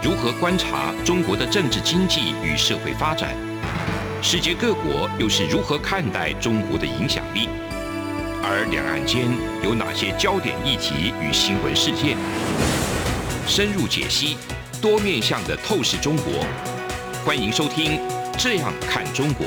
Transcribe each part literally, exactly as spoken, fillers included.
如何观察中国的政治经济与社会发展？世界各国又是如何看待中国的影响力？而两岸间有哪些焦点议题与新闻事件？深入解析，多面向的透视中国。欢迎收听《这样看中国》。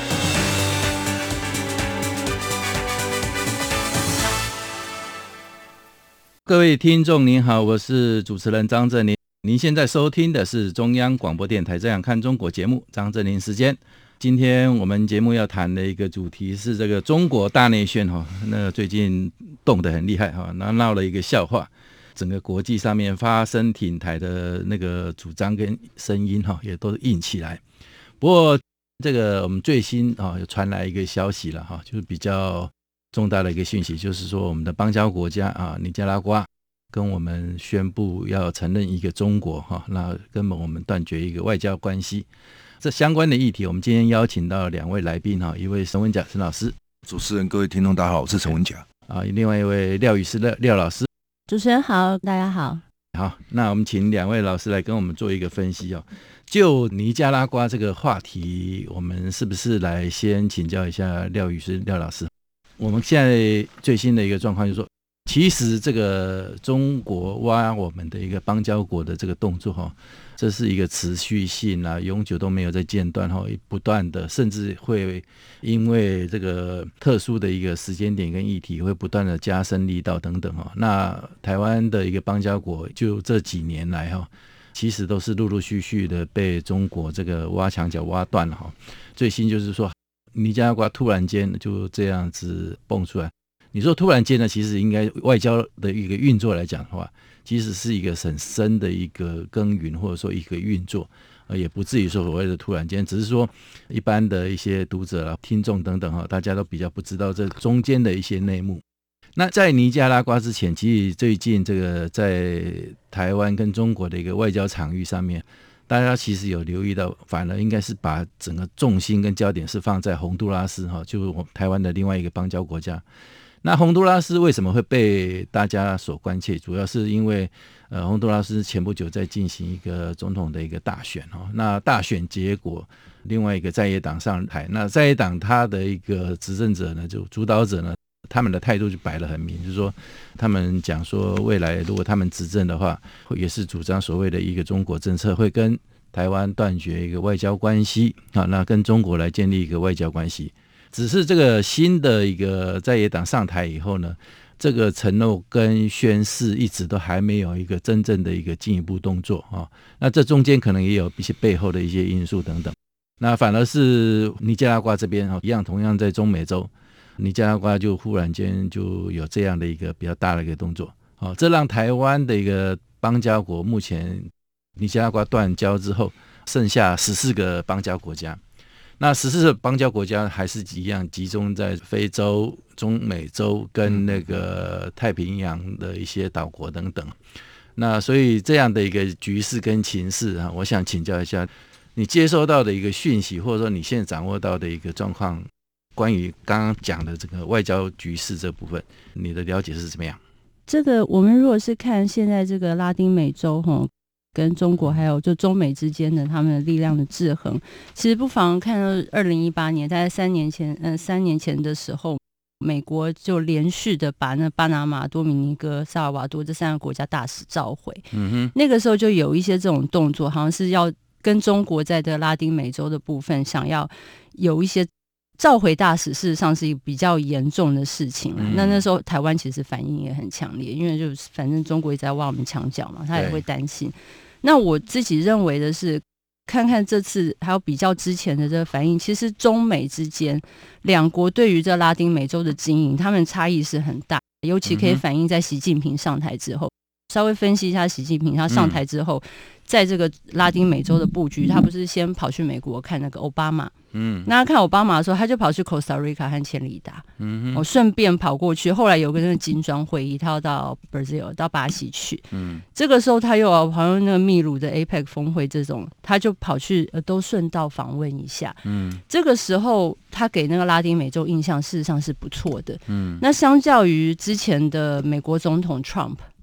各位听众您好，我是主持人张正霖。您现在收听的是中央广播电台《这样看中国》节目，张正霖时间。今天我们节目要谈的一个主题是这个中国大内宣哈，那最近动得很厉害哈，那闹了一个笑话，整个国际上面发声挺台的那个主张跟声音哈也都硬起来。不过这个我们最新啊有传来一个消息了哈，就是比较重大的一个讯息，就是说我们的邦交国家啊尼加拉瓜跟我们宣布要承认一个中国哈，那根本我们断绝一个外交关系。这相关的议题，我们今天邀请到两位来宾哈，一位陈文甲陈老师， 主持人各位听众大家好，我是陈文甲啊，另外一位廖宇师廖廖老师， 主持人好，大家好。 好，那我们请两位老师来跟我们做一个分析哦。就尼加拉瓜这个话题，我们是不是来先请教一下廖宇师廖老师？我们现在最新的一个状况就是说，其实这个中国挖我们的一个邦交国的这个动作哈，这是一个持续性啊，永久都没有在间断哈，不断的，甚至会因为这个特殊的一个时间点跟议题，会不断的加深力道等等哈。那台湾的一个邦交国，就这几年来哈，其实都是陆陆续续的被中国这个挖墙脚挖断了哈。最新就是说，尼加拉瓜突然间就这样子蹦出来。你说突然间呢，其实应该外交的一个运作来讲的话，其实是一个很深的一个耕耘，或者说一个运作，呃，也不至于说所谓的突然间，只是说一般的一些读者啦、听众等等哈，大家都比较不知道这中间的一些内幕。那在尼加拉瓜之前，其实最近这个在台湾跟中国的一个外交场域上面，大家其实有留意到，反而应该是把整个重心跟焦点是放在洪都拉斯哈，就是我们台湾的另外一个邦交国家。那洪都拉斯为什么会被大家所关切？主要是因为呃，洪都拉斯前不久在进行一个总统的一个大选哈，那大选结果，另外一个在野党上台，那在野党他的一个执政者呢，就主导者呢，他们的态度就摆得很明，就是说他们讲说未来如果他们执政的话，也是主张所谓的一个中国政策，会跟台湾断绝一个外交关系啊，那跟中国来建立一个外交关系。只是这个新的一个在野党上台以后呢，这个承诺跟宣誓一直都还没有一个真正的一个进一步动作啊。那这中间可能也有一些背后的一些因素等等。那反而是尼加拉瓜这边一样，同样在中美洲，尼加拉瓜就忽然间就有这样的一个比较大的一个动作啊，这让台湾的一个邦交国目前尼加拉瓜断交之后，剩下十四个邦交国家。那十四个邦交国家还是一样集中在非洲、中美洲跟那个太平洋的一些岛国等等。那所以这样的一个局势跟情势啊，我想请教一下，你接收到的一个讯息，或者说你现在掌握到的一个状况，关于刚刚讲的这个外交局势这部分，你的了解是怎么样？ 这个我们如果是看现在这个拉丁美洲哈，跟中国还有就中美之间的他们的力量的制衡，其实不妨看到二零一八年，大概三年前，嗯、呃，三年前的时候，美国就连续的把那巴拿马、多米尼哥、萨尔瓦多这三个国家大使召回。嗯哼，那个时候就有一些这种动作，好像是要跟中国在这拉丁美洲的部分想要有一些召回大使，事实上是一个比较严重的事情、嗯、那那时候台湾其实反应也很强烈，因为就反正中国一直在挖我们墙角嘛，他也会担心。那我自己认为的是，看看这次还有比较之前的这个反应，其实中美之间两国对于这拉丁美洲的经营，他们差异是很大，尤其可以反映在习近平上台之后。稍微分析一下习近平他上台之后、嗯、在这个拉丁美洲的布局，他不是先跑去美国看那个奥巴马，嗯，那他看奥巴马的时候，他就跑去 Costa Rica 和千里达，嗯，我顺便跑过去，后来有个那个金砖会议，他要到 Brazil 到巴西去，嗯，这个时候他又要好像那个秘鲁的 A P E C 峰会这种，他就跑去、呃、都顺道访问一下，嗯，这个时候他给那个拉丁美洲印象事实上是不错的，嗯，那相较于之前的美国总统 Trump。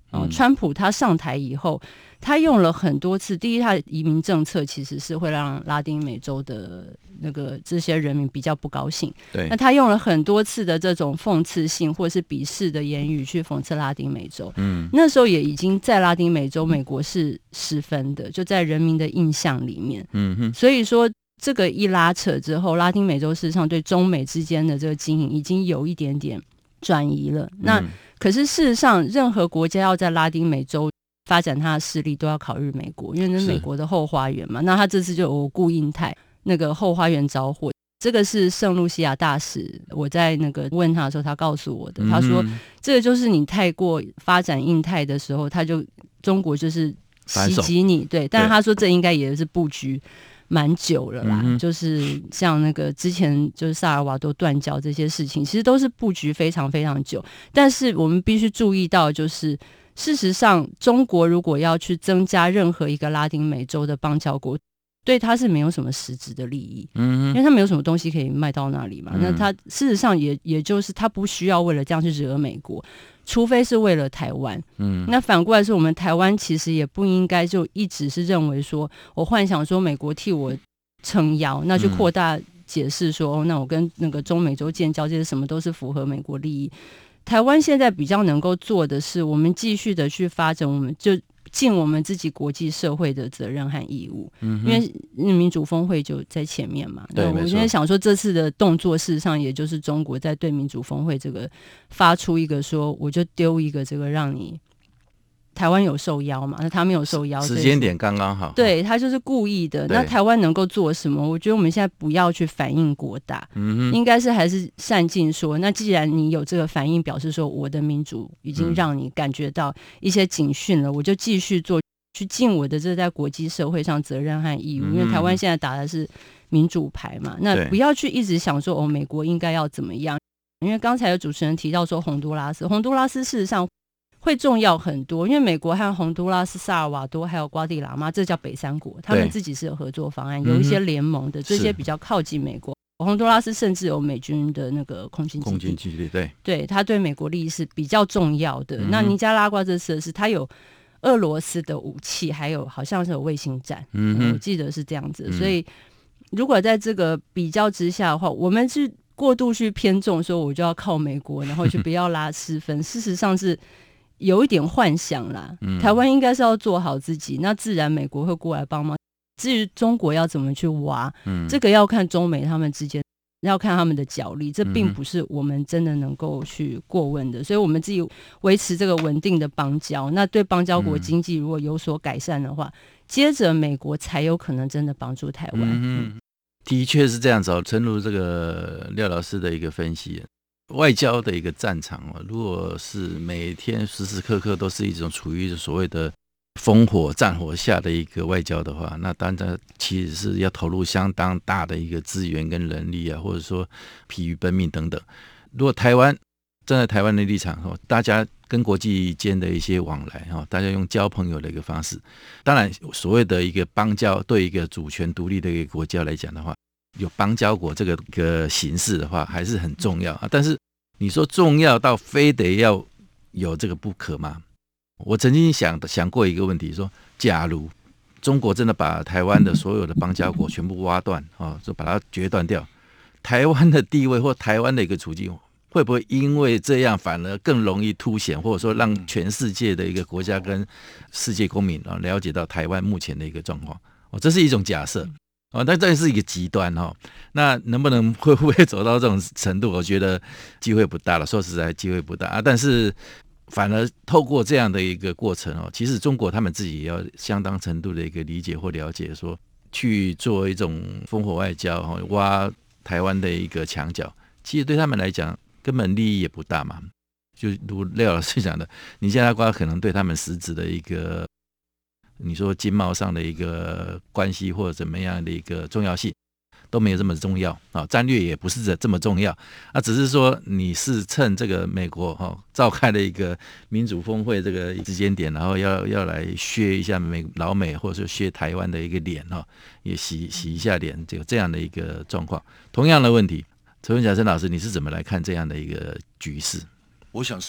哦，川普他上台以后，他用了很多次。第一，他的移民政策其实是会让拉丁美洲的那个这些人民比较不高兴。 对， 那他用了很多次的这种讽刺性或是鄙视的言语去讽刺拉丁美洲。嗯，那时候也已经在拉丁美洲，美国是失分的，就在人民的印象里面。嗯哼，所以说这个一拉扯之后，拉丁美洲事实上对中美之间的这个经营已经有一点点转移了。那、嗯可是事实上，任何国家要在拉丁美洲发展它的势力，都要考虑美国，因为那是美国的后花园嘛。那他这次就有顾印太那个后花园着火，这个是圣露西亚大使，我在那个问他的时候，他告诉我的。他说，这个就是你太过发展印太的时候，他就中国就是袭击你，对。但是他说，这应该也是布局蛮久了啦、嗯，就是像那个之前就是萨尔瓦多断交这些事情，其实都是布局非常非常久。但是我们必须注意到，就是事实上，中国如果要去增加任何一个拉丁美洲的邦交国，对他是没有什么实质的利益，嗯，因为他没有什么东西可以卖到那里嘛。嗯、那他事实上也也就是他不需要为了这样去惹美国。除非是为了台湾，嗯，那反过来是我们台湾其实也不应该就一直是认为说，我幻想说美国替我撑腰，那就扩大解释说，嗯哦、那我跟那个中美洲建交，这些什么都是符合美国利益。台湾现在比较能够做的是，我们继续的去发展，我们就尽我们自己国际社会的责任和义务，嗯、因为民主峰会就在前面嘛。 对， 我现在想说，这次的动作事实上也就是中国在对民主峰会这个发出一个说，我就丢一个这个让你。台湾有受邀嘛？那他没有受邀， 时间点刚刚好。 对，他就是故意的。那台湾能够做什么？我觉得我们现在不要去反应国大，嗯、应该是还是善尽说。那既然你有这个反应，表示说我的民主已经让你感觉到一些警讯了，嗯、我就继续做，去尽我的这在国际社会上责任和义务。嗯、因为台湾现在打的是民主牌嘛，那不要去一直想说哦，美国应该要怎么样？因为刚才有主持人提到说洪都拉斯，洪都拉斯事实上。会重要很多，因为美国和洪都拉斯、萨尔瓦多还有瓜地拉妈，这叫北三国，他们自己是有合作方案，有一些联盟的，这些比较靠近美国。洪都拉斯甚至有美军的那个空军基地， 空军基地，对， 对，他对美国利益是比较重要的。嗯、那尼加拉瓜这次是他有俄罗斯的武器，还有好像是有卫星战，嗯、我记得是这样子。嗯、所以如果在这个比较之下的话，我们是过度去偏重说我就要靠美国，然后就不要拉失分。事实上是。有一点幻想啦，嗯、台湾应该是要做好自己，那自然美国会过来帮忙。至于中国要怎么去挖，嗯、这个要看中美他们之间，要看他们的角力，这并不是我们真的能够去过问的。嗯、所以我们自己维持这个稳定的邦交，那对邦交国经济如果有所改善的话，嗯、接着美国才有可能真的帮助台湾。 嗯嗯、的确是这样子哦，诚如这个廖老师的一个分析。外交的一个战场，如果是每天时时刻刻都是一种处于所谓的烽火战火下的一个外交的话，那当然其实是要投入相当大的一个资源跟人力啊，或者说疲于奔命等等。如果台湾站在台湾的立场，大家跟国际间的一些往来，大家用交朋友的一个方式，当然所谓的一个邦交，对一个主权独立的一个国家来讲的话，有邦交国这个个形式的话还是很重要，但是你说重要到非得要有这个不可吗？我曾经想想过一个问题，说假如中国真的把台湾的所有的邦交国全部挖断，就把它决断掉，台湾的地位或台湾的一个处境会不会因为这样反而更容易凸显，或者说让全世界的一个国家跟世界公民了解到台湾目前的一个状况？这是一种假设。哦，但这是一个极端哈、哦，那能不能会不会走到这种程度？我觉得机会不大了。说实在，机会不大啊。但是反而透过这样的一个过程哦，其实中国他们自己也要相当程度的一个理解或了解，说去做一种烽火外交哈，挖台湾的一个墙角，其实对他们来讲根本利益也不大嘛。就如廖老师讲的，尼加拉瓜可能对他们实质的一个。你说经贸上的一个关系或者怎么样的一个重要性都没有这么重要啊，战略也不是这么重要啊，只是说你是趁这个美国哈、哦、召开了一个民主峰会这个时间点，然后要要来削一下美老美或者说削台湾的一个脸哈、哦，也洗洗一下脸，这个这样的一个状况。同样的问题，陈文甲陈老师，你是怎么来看这样的一个局势？ 我想是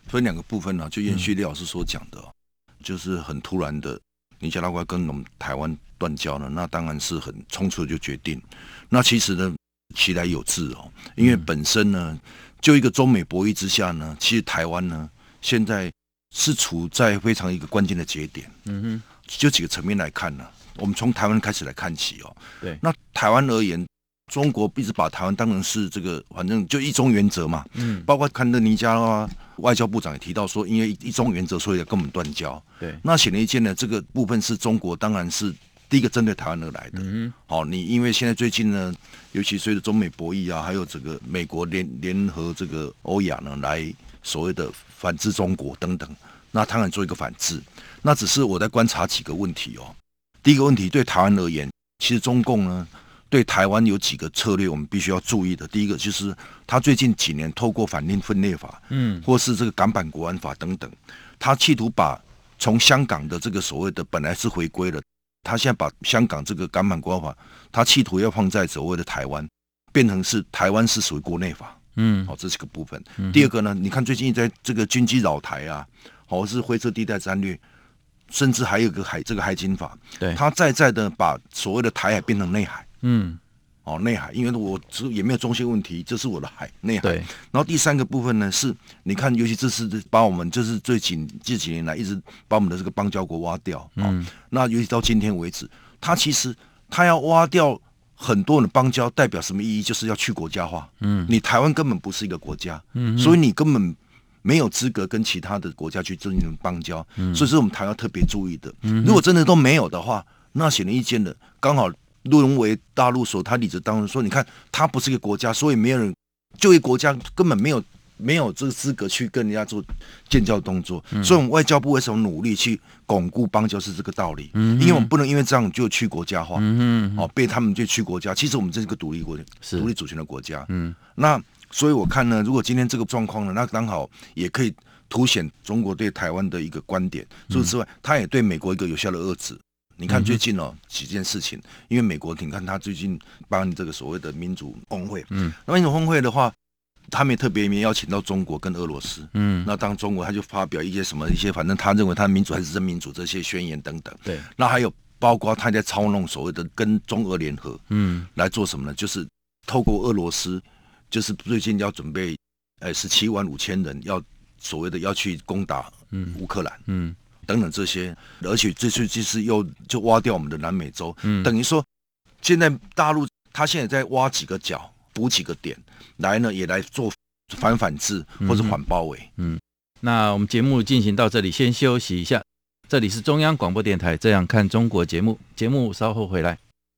分两个部分呢、啊，就延续廖老师所讲的、哦嗯，就是很突然的，尼加拉瓜跟我们台湾断交了，那当然是很冲突的就决定。那其实呢，其来有自哦，因为本身呢，就一个中美博弈之下呢，其实台湾呢现在是处在非常一个关键的节点。嗯哼，就几个层面来看呢、啊，我们从台湾开始来看起哦。对，那台湾而言。中国一直把台湾当成是这个，反正就一中原则嘛。嗯，包括看的尼加拉瓜外交部长也提到说，因为一中原则，所以要跟我们断交。对，那显而易见呢，这个部分是中国当然是第一个针对台湾而来的。嗯，好、哦，你因为现在最近呢，尤其随着中美博弈啊，还有这个美国联联合这个欧亚呢，来所谓的反制中国等等，那当然做一个反制。那只是我在观察几个问题哦。第一个问题，对台湾而言，其实中共呢。对台湾有几个策略，我们必须要注意的。第一个就是，他最近几年透过反定分裂法，嗯，或是这个港版国安法等等，他企图把从香港的这个所谓的本来是回归了，他现在把香港这个港版国安法，他企图要放在所谓的台湾，变成是台湾是属于国内法，嗯，好、哦，这是个部分、嗯。第二个呢，你看最近在这个军机扰台啊，或是灰色地带战略。甚至还有一个海这个海警法，对，他再再的把所谓的台海变成内海，嗯，哦内海，因为我也没有中线问题，这是我的海内海。对，然后第三个部分呢是，你看，尤其这是把我们就是最近这几年来一直把我们的这个邦交国挖掉，嗯，哦、那尤其到今天为止，他其实他要挖掉很多人的邦交，代表什么意义？就是要去国家化，嗯，你台湾根本不是一个国家，嗯，所以你根本。没有资格跟其他的国家去进行邦交、嗯，所以是我们台湾特别注意的、嗯。如果真的都没有的话，那显而易见的，刚好沦为大陆所他理子当中说，你看他不是一个国家，所以没有人就一个国家根本没有没有这个资格去跟人家做建交动作、嗯。所以我们外交部为什么努力去巩固邦交是这个道理、嗯，因为我们不能因为这样就去国家化，嗯、哦，被他们就去国家。其实我们这是个独立国家，独立主权的国家。嗯，那。所以我看呢，如果今天这个状况呢，那刚好也可以凸显中国对台湾的一个观点。除此之外，他也对美国一个有效的遏制。你看最近哦几件事情，因为美国你看他最近办这个所谓的民主峰会，嗯，那民主峰会的话，他们也特别邀请到中国跟俄罗斯，嗯，那当中国他就发表一些什么一些，反正他认为他民主还是真民主这些宣言等等。对，那还有包括他在操弄所谓的跟中俄联合，嗯，来做什么呢？就是透过俄罗斯。就是最近要准备，呃，十七万五千人要所谓的要去攻打乌克兰，嗯，嗯等等这些，而且这次就是又就挖掉我们的南美洲，嗯，等于说现在大陆他现在在挖几个角，补几个点，来呢也来做反反制或者反包围， 嗯，那我们节目进行到这里，先休息一下。这里是中央广播电台《这样看中国》节目，节目稍后回来。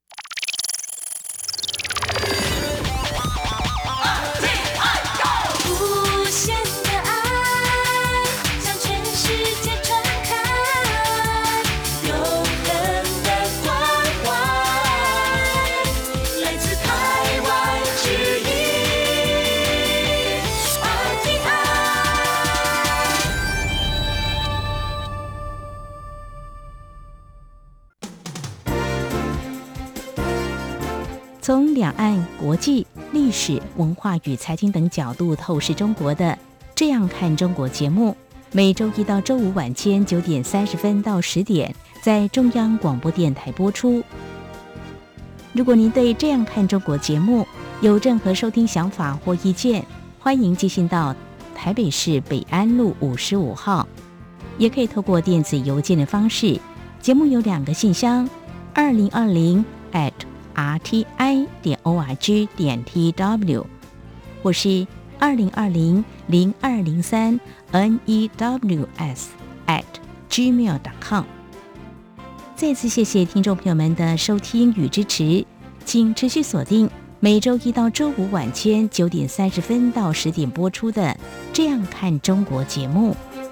从两岸、国际、历史文化与财经等角度透视中国的《这样看中国》节目，每周一到周五晚间九点三十分到十点在中央广播电台播出。如果您对《这样看中国》节目有任何收听想法或意见，欢迎寄信到台北市北安路五十五号，也可以透过电子邮件的方式。节目有两个信箱：二零二零 at r t i 点 o r g 点 t w， 或是二零二零零二零三 n e w s at gmail 点 com。 再次谢谢听众朋友们的收听与支持，请持续锁定每周一到周五晚间九点三十分到十点播出的《这样看中国》节目。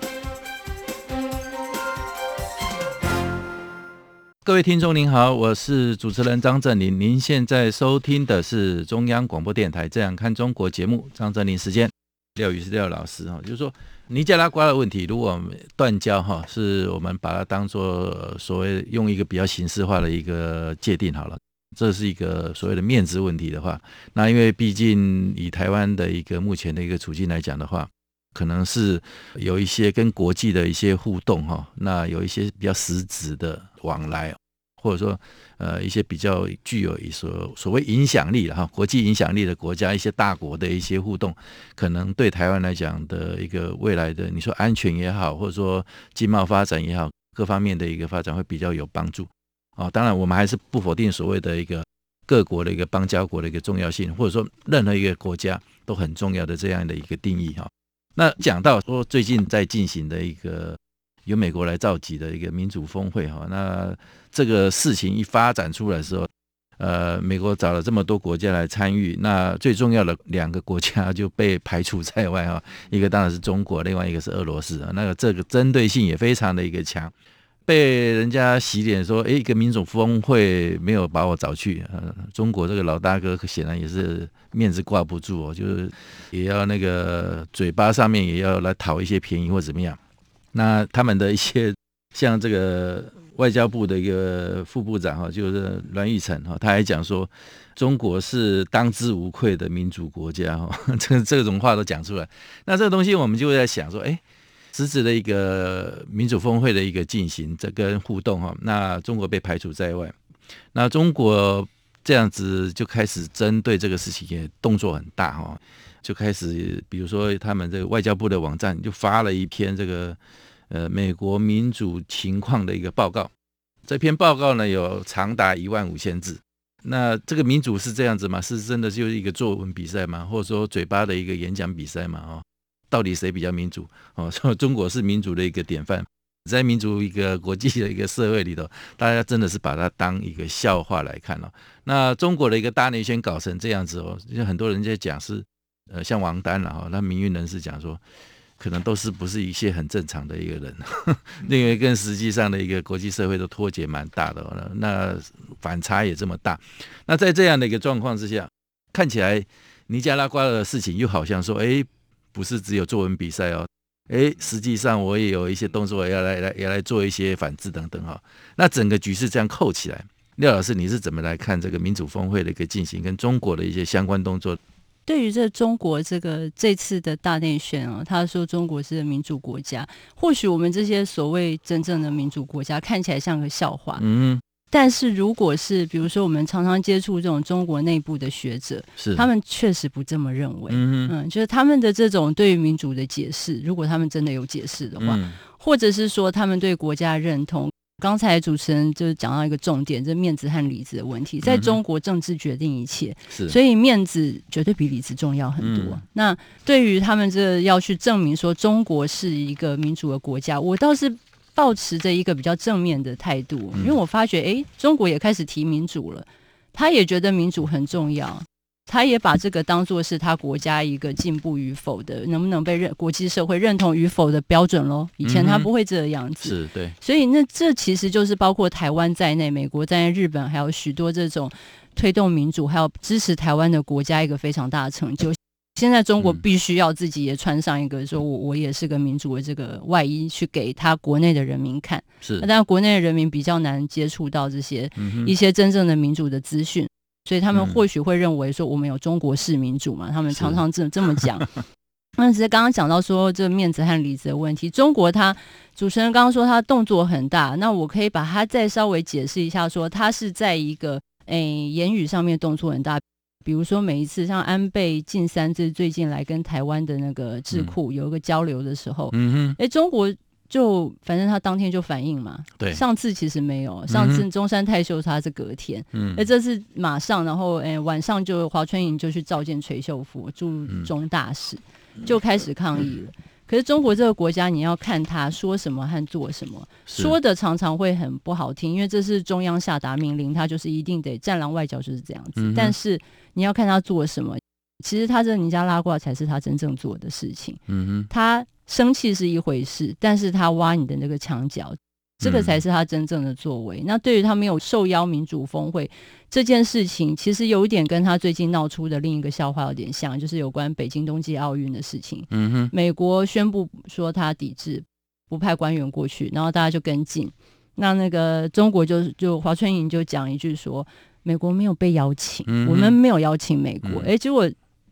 各位听众您好，我是主持人张正霖，您现在收听的是中央广播电台《这样看中国》节目，张正霖时间。廖宇是廖老师，就是说尼加拉瓜的问题，如果我们断交，是我们把它当作所谓用一个比较形式化的一个界定好了，这是一个所谓的面子问题的话，那因为毕竟以台湾的一个目前的一个处境来讲的话， 可能是有一些跟国际的一些互动哈，那有一些比较实质的往来，或者说呃一些比较具有所所谓影响力了哈，国际影响力的国家，一些大国的一些互动，可能对台湾来讲的一个未来的你说安全也好，或者说经贸发展也好，各方面的一个发展会比较有帮助啊。当然我们还是不否定所谓的一个各国的一个邦交国的一个重要性，或者说任何一个国家都很重要的这样的一个定义哈。那讲到说最近在进行的一个由美国来召集的一个民主峰会哈，那这个事情一发展出来的时候，呃，美国找了这么多国家来参与，那最重要的两个国家就被排除在外哈，一个当然是中国，另外一个是俄罗斯，那个这个针对性也非常的一个强。被人家洗脸说，哎，一个民主峰会没有把我找去，呃，中国这个老大哥显然也是面子挂不住哦，就是也要那个嘴巴上面也要来讨一些便宜或怎么样。那他们的一些像这个外交部的一个副部长哈，就是栾玉成哈，他还讲说，中国是当之无愧的民主国家哈，这这种话都讲出来。那这个东西我们就会在想说，哎。实质的一个民主峰会的一个进行，这跟互动哈，那中国被排除在外，那中国这样子就开始针对这个事情也动作很大哈，就开始比如说他们这个外交部的网站就发了一篇这个呃美国民主情况的一个报告，这篇报告呢有长达一万五千字。那这个民主是这样子吗？是真的就是一个作文比赛吗？或者说嘴巴的一个演讲比赛吗？哦。到底谁比较民主？哦，说中国是民主的一个典范，在民主一个国际的一个社会里头，大家真的是把它当一个笑话来看哦。那中国的一个大内宣搞成这样子哦，就很多人在讲是呃像王丹了哈，那民运人士讲说，可能都是不是一些很正常的一个人，因为跟实际上的一个国际社会都脱节蛮大的哦，那反差也这么大。那在这样的一个状况之下，看起来尼加拉瓜的事情又好像说，哎。不是只有作文比赛哦，诶，实际上我也有一些动作要来来也来做一些反制等等哈。那整个局势这样扣起来，廖老师你是怎么来看这个民主峰会的一个进行，跟中国的一些相关动作？ 对于这中国这个这次的大内宣啊，他说中国是民主国家，或许我们这些所谓真正的民主国家看起来像个笑话，嗯。但是如果是比如说我们常常接触这种中国内部的学者，是他们确实不这么认为，嗯, 嗯，就是他们的这种对于民主的解释，如果他们真的有解释的话，嗯、或者是说他们对国家认同，刚才主持人就讲到一个重点，这面子和里子的问题，在中国政治决定一切，嗯、所以面子绝对比里子重要很多。嗯、那对于他们这要去证明说中国是一个民主的国家，我倒是抱持着一个比较正面的态度，因为我发觉哎，中国也开始提民主了，他也觉得民主很重要，他也把这个当作是他国家一个进步与否的，能不能被认国际社会认同与否的标准咯。以前他不会这样子，嗯、是对，所以那这其实就是包括台湾在内，美国在内，日本还有许多这种推动民主还有支持台湾的国家一个非常大的成就。现在中国必须要自己也穿上一个说我我也是个民主的这个外衣，去给他国内的人民看。是，但是国内的人民比较难接触到这些、嗯、一些真正的民主的资讯，所以他们或许会认为说我们有中国式民主嘛，他们常常这这么讲。那只是刚刚讲到说这面子和里子的问题，中国他主持人刚刚说他动作很大，那我可以把它再稍微解释一下，说他是在一个诶言语上面动作很大。比如说每一次像安倍晋三这最近来跟台湾的那个智库有一个交流的时候，嗯哼，中国就反正他当天就反应嘛，对，上次其实没有，上次中山泰秀他是隔天，嗯，这次马上，然后诶晚上就华春莹就去召见垂秀夫驻中大使，嗯、就开始抗议了。可是中国这个国家，你要看他说什么和做什么，说的常常会很不好听，因为这是中央下达命令，他就是一定得战狼外交就是这样子。嗯、但是你要看他做什么，其实他这尼加拉瓜才是他真正做的事情。嗯哼，他生气是一回事，但是他挖你的那个墙角，这个才是他真正的作为。嗯、那对于他没有受邀民主峰会这件事情，其实有一点跟他最近闹出的另一个笑话有点像，就是有关北京冬季奥运的事情。嗯哼，美国宣布说他抵制，不派官员过去，然后大家就跟进。那那个中国就就华春莹就讲一句说，美国没有被邀请，嗯、我们没有邀请美国。哎、嗯，结果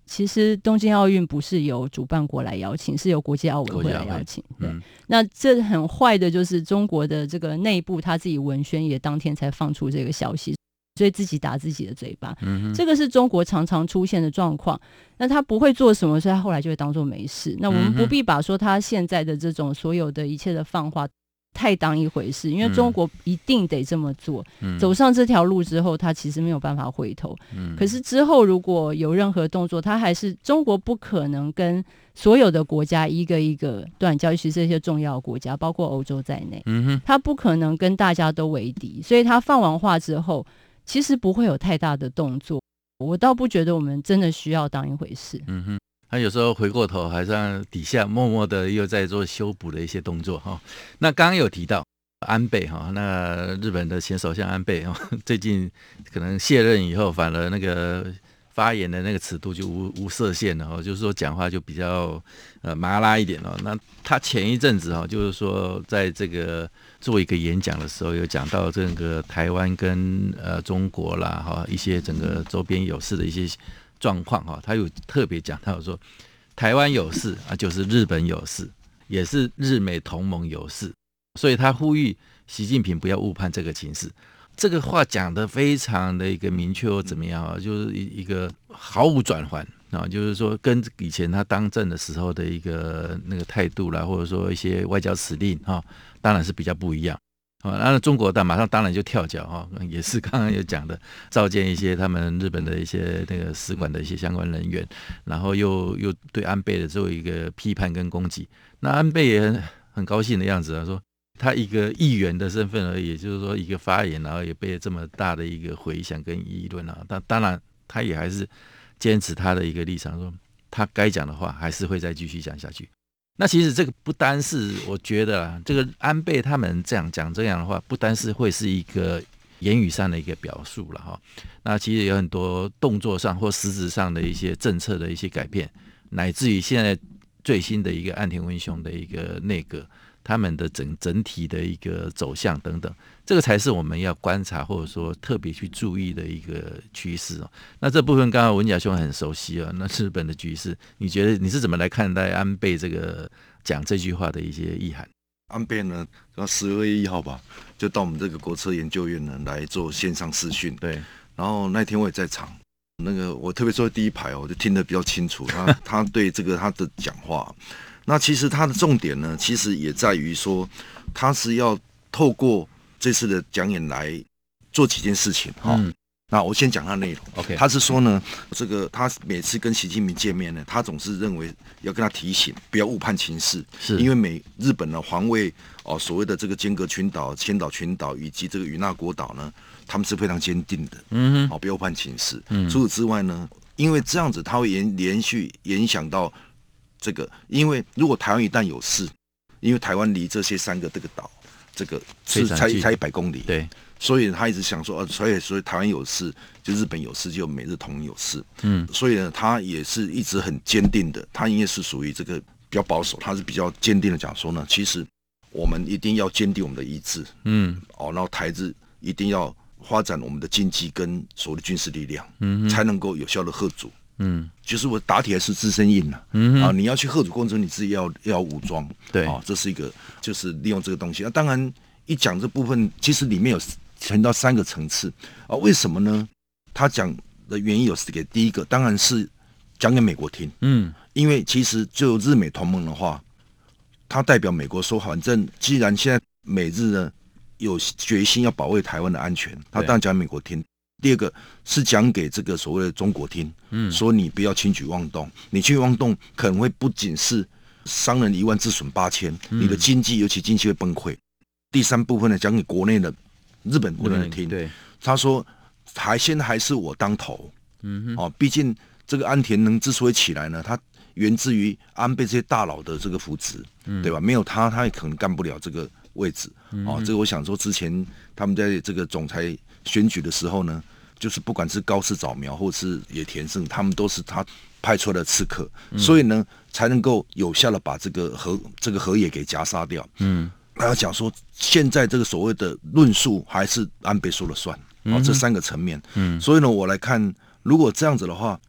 其实东京奥运不是由主办国来邀请，是由国际奥委会来邀请。对、嗯，那这很坏的就是中国的这个内部他自己文宣也当天才放出这个消息，所以自己打自己的嘴巴。嗯，这个是中国常常出现的状况。那他不会做什么，所以他后来就会当作没事。那我们不必把说他现在的这种所有的一切的放话太当一回事，因为中国一定得这么做、嗯、走上这条路之后他其实没有办法回头、嗯、可是之后如果有任何动作，他还是中国不可能跟所有的国家一个一个断交，尤其是这些重要的国家包括欧洲在内、嗯、他不可能跟大家都为敌，所以他放完话之后其实不会有太大的动作，我倒不觉得我们真的需要当一回事。 嗯哼，他有时候回过头还让底下默默的又在做修补的一些动作哈。那刚刚有提到安倍哈，那日本的前首相安倍最近可能卸任以后，反而那个发言的那个尺度就无无设限了，就是说讲话就比较呃麻辣一点哦。那他前一阵子哈，就是说在这个做一个演讲的时候，有讲到这个台湾跟呃中国啦哈一些整个周边有事的一些状况哈，他有特别讲到说，台湾有事啊，就是日本有事，也是日美同盟有事，所以他呼吁习近平不要误判这个情势。这个话讲得非常的一个明确或怎么样啊，就是一个毫无转换啊，就是说跟以前他当政的时候的一个那个态度啦，或者说一些外交指令啊，当然是比较不一样。啊，那中国的马上当然就跳脚哈，也是刚刚有讲的，召见一些他们日本的一些那个使馆的一些相关人员，然后又又对安倍的做一个批判跟攻击。那安倍也很很高兴的样子啊，说他一个议员的身份而已，就是说一个发言，然后也被这么大的一个回响跟议论啊。但当然他也还是坚持他的一个立场，说他该讲的话还是会再继续讲下去。那其实这个不单是我觉得啊，这个安倍他们这样讲这样的话，不单是会是一个言语上的一个表述了哈。那其实有很多动作上或实质上的一些政策的一些改变，乃至于现在最新的一个岸田文雄的一个内阁，他们的整整体的一个走向等等，这个才是我们要观察或者说特别去注意的一个趋势哦。那这部分刚刚文甲兄很熟悉啊，那日本的局势，你觉得你是怎么来看待安倍这个讲这句话的一些意涵？ 安倍呢，十二月一号吧，就到我们这个国策研究院呢来做线上视讯。 对， 然后那天我也在场，那个我特别坐在第一排哦，我就听得比较清楚。他他对这个他的讲话。那其实他的重点呢，其实也在于说，他是要透过这次的讲演来做几件事情哈。嗯、那我先讲他内容。 OK， 他是说呢，这个他每次跟习近平见面呢，他总是认为要跟他提醒，不要误判情势， 是因为美日本的防卫哦，所谓的这个尖阁群岛、千岛群岛以及这个与那国岛呢，他们是非常坚定的。嗯哼，哦，不要误判情势。嗯，除此之外呢，因为这样子，他会延连续影响到。这个，因为如果台湾一旦有事，因为台湾离这些三个这个岛，这个是才才一百公里， 对， 所以他一直想说，呃，所以所以台湾有事，就日本有事，就美日同盟有事，嗯，所以呢，他也是一直很坚定的，他应该是属于这个比较保守，他是比较坚定的讲说呢，其实我们一定要坚定我们的意志，嗯，哦，然后台日一定要发展我们的经济跟所谓的军事力量，嗯，才能够有效的吓阻。嗯，就是我打铁是自身硬了，嗯啊，你要去吓阻过程中，你自己要要武装， 对啊，这是一个就是利用这个东西。那、啊、当然一讲这部分，其实里面有谈到三个层次啊，为什么呢？他讲的原因有四个，第一个当然是讲给美国听，嗯，因为其实就日美同盟的话，他代表美国说，反正既然现在美日呢有决心要保卫台湾的安全，他当然讲给美国听。第二个是讲给这个所谓的中国听，嗯，说你不要轻举妄动，你轻举妄动可能会不仅是伤人一万自损八千，嗯、你的经济尤其经济会崩溃。第三部分呢，讲给国内的日本国人听， 对， 他说还现在还是我当头，嗯哼，哦，毕竟这个安田能之所以起来呢，他源自于安倍这些大佬的这个扶持，嗯、对吧？没有他，他也可能干不了这个位置，嗯、哦，这个我想说之前他们在这个总裁选举的时候呢。就是不管是高市早苗或是野田胜，他们都是他派出来的刺客，嗯、所以呢才能够有效的把这个河这个河野给夹杀掉。嗯，他要讲说现在这个所谓的论述还是安倍说了算，嗯、哦，这三个层面。嗯，所以呢我来看，如果这样子的话，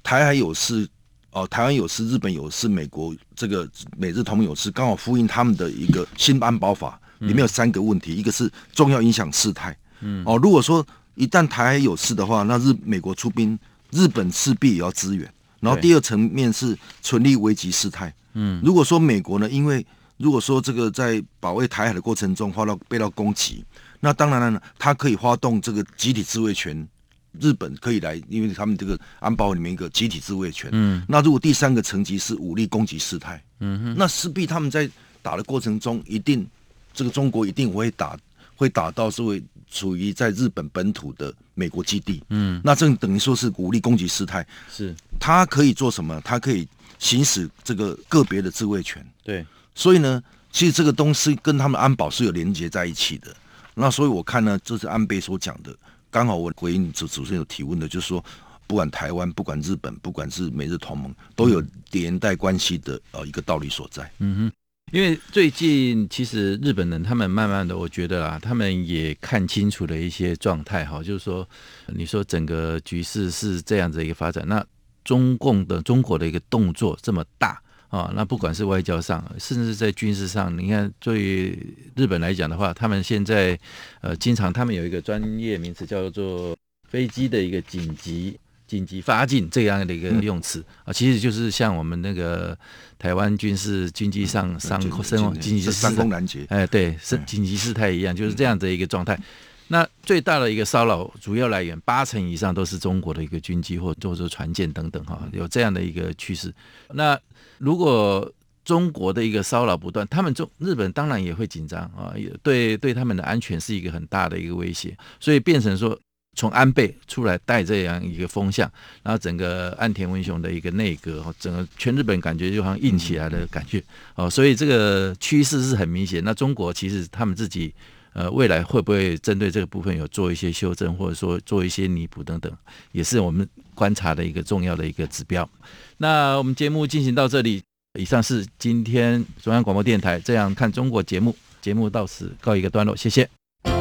台海有事哦，台湾有事，日本有事，美国这个美日同盟有事，刚好呼应他们的一个新安保法，里面有三个问题，一个是重要影响事态，嗯，哦，如果说一旦台海有事的话，那日美国出兵，日本势必也要支援。然后第二层面是存立危急事态，嗯，如果说美国呢，因为如果说这个在保卫台海的过程中发到被到攻击，那当然了，它可以发动这个集体自卫权。日本可以来，因为他们这个安保里面一个集体自卫权。嗯，那如果第三个层级是武力攻击事态，嗯哼，那势必他们在打的过程中，一定这个中国一定会打，会打到是会处于在日本本土的美国基地。嗯，那这等于说是武力攻击事态。 是， 他可以做什么？他可以行使这个个别的自卫权。 对， 所以呢，其实这个东西跟他们安保是有连结在一起的。那所以我看呢，这是安倍所讲的。刚好我回应主主持人有提问的，就是说，不管台湾、不管日本、不管是美日同盟，都有连带关系的呃一个道理所在。 嗯哼，因为最近其实日本人他们慢慢的，我觉得啦，他们也看清楚了一些状态哈，就是说，你说整个局势是这样子一个发展，那中共的中国的一个动作这么大。哦，那不管是外交上，甚至在军事上，你看，对于日本来讲的话，他们现在呃，经常他们有一个专业名词叫做飞机的一个紧急紧急发进这样的一个用词啊、嗯，其实就是像我们那个台湾军事军机上上升紧急上空拦截， 哎，对，是紧急事态一样，就是这样的一个状态。那最大的一个骚扰主要来源，八成以上都是中国的一个军机或或者船舰等等哈，有这样的一个趋势。那如果中国的一个骚扰不断，他们中日本当然也会紧张啊，对对他们的安全是一个很大的一个威胁，所以变成说从安倍出来带这样一个风向，然后整个岸田文雄的一个内阁，整个全日本感觉就好像硬起来的感觉哦，所以这个趋势是很明显。那中国其实他们自己。呃，未来会不会针对这个部分有做一些修正，或者说做一些弥补等等，也是我们观察的一个重要的一个指标。那我们节目进行到这里，以上是今天中央广播电台《这样看中国》节目，节目到此告一个段落，谢谢。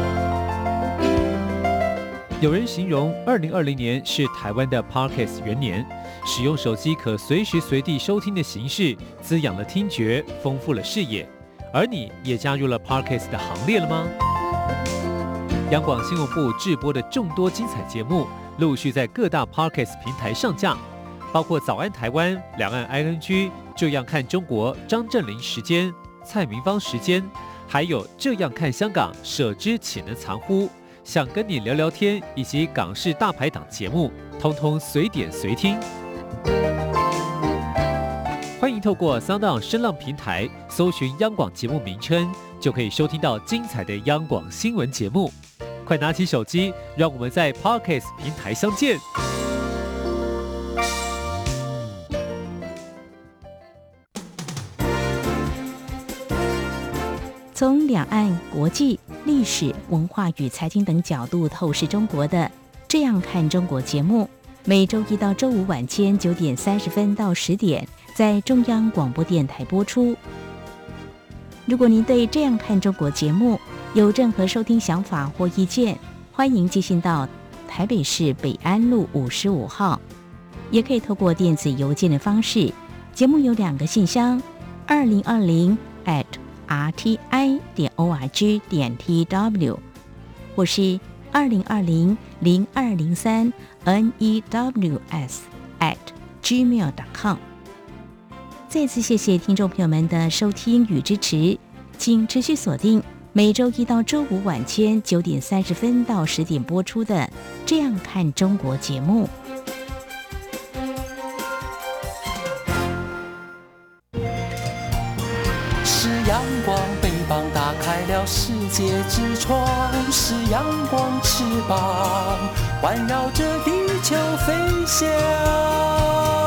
有人形容二零二零年是台湾的 Podcast 元年，使用手机可随时随地收听的形式，滋养了听觉，丰富了视野。而你也加入了 Podcast 的行列了吗？央广新闻部制播的众多精彩节目，陆续在各大 Podcast 平台上架，包括早安台湾、两岸 I N G、这样看中国、张振霖时间、蔡明芳时间，还有这样看香港、舍之岂能藏乎？想跟你聊聊天，以及港式大排档节目，通通随点随听。欢迎透过 SoundOn 声浪平台搜寻央广节目名称，就可以收听到精彩的央广新闻节目。快拿起手机，让我们在 Podcast 平台相见。 从两岸、国际、历史、文化与财经等角度透视中国的《这样看中国》节目，每周一到周五晚间九点三十分到十点。在中央广播电台播出。如果您对《这样看中国》节目有任何收听想法或意见，欢迎寄信到台北市北安路五十五号，也可以透过电子邮件的方式。节目有两个信箱：二零二零 at r t i 点 o r g 点 t w， 或是二零二零零二零三 n e w s at gmail 点 com。再次谢谢听众朋友们的收听与支持，请持续锁定每周一到周五晚间九点三十分到十点播出的《这样看中国》节目。 是阳光，北方打开了世界之窗；是阳光，翅膀环绕着地球飞翔。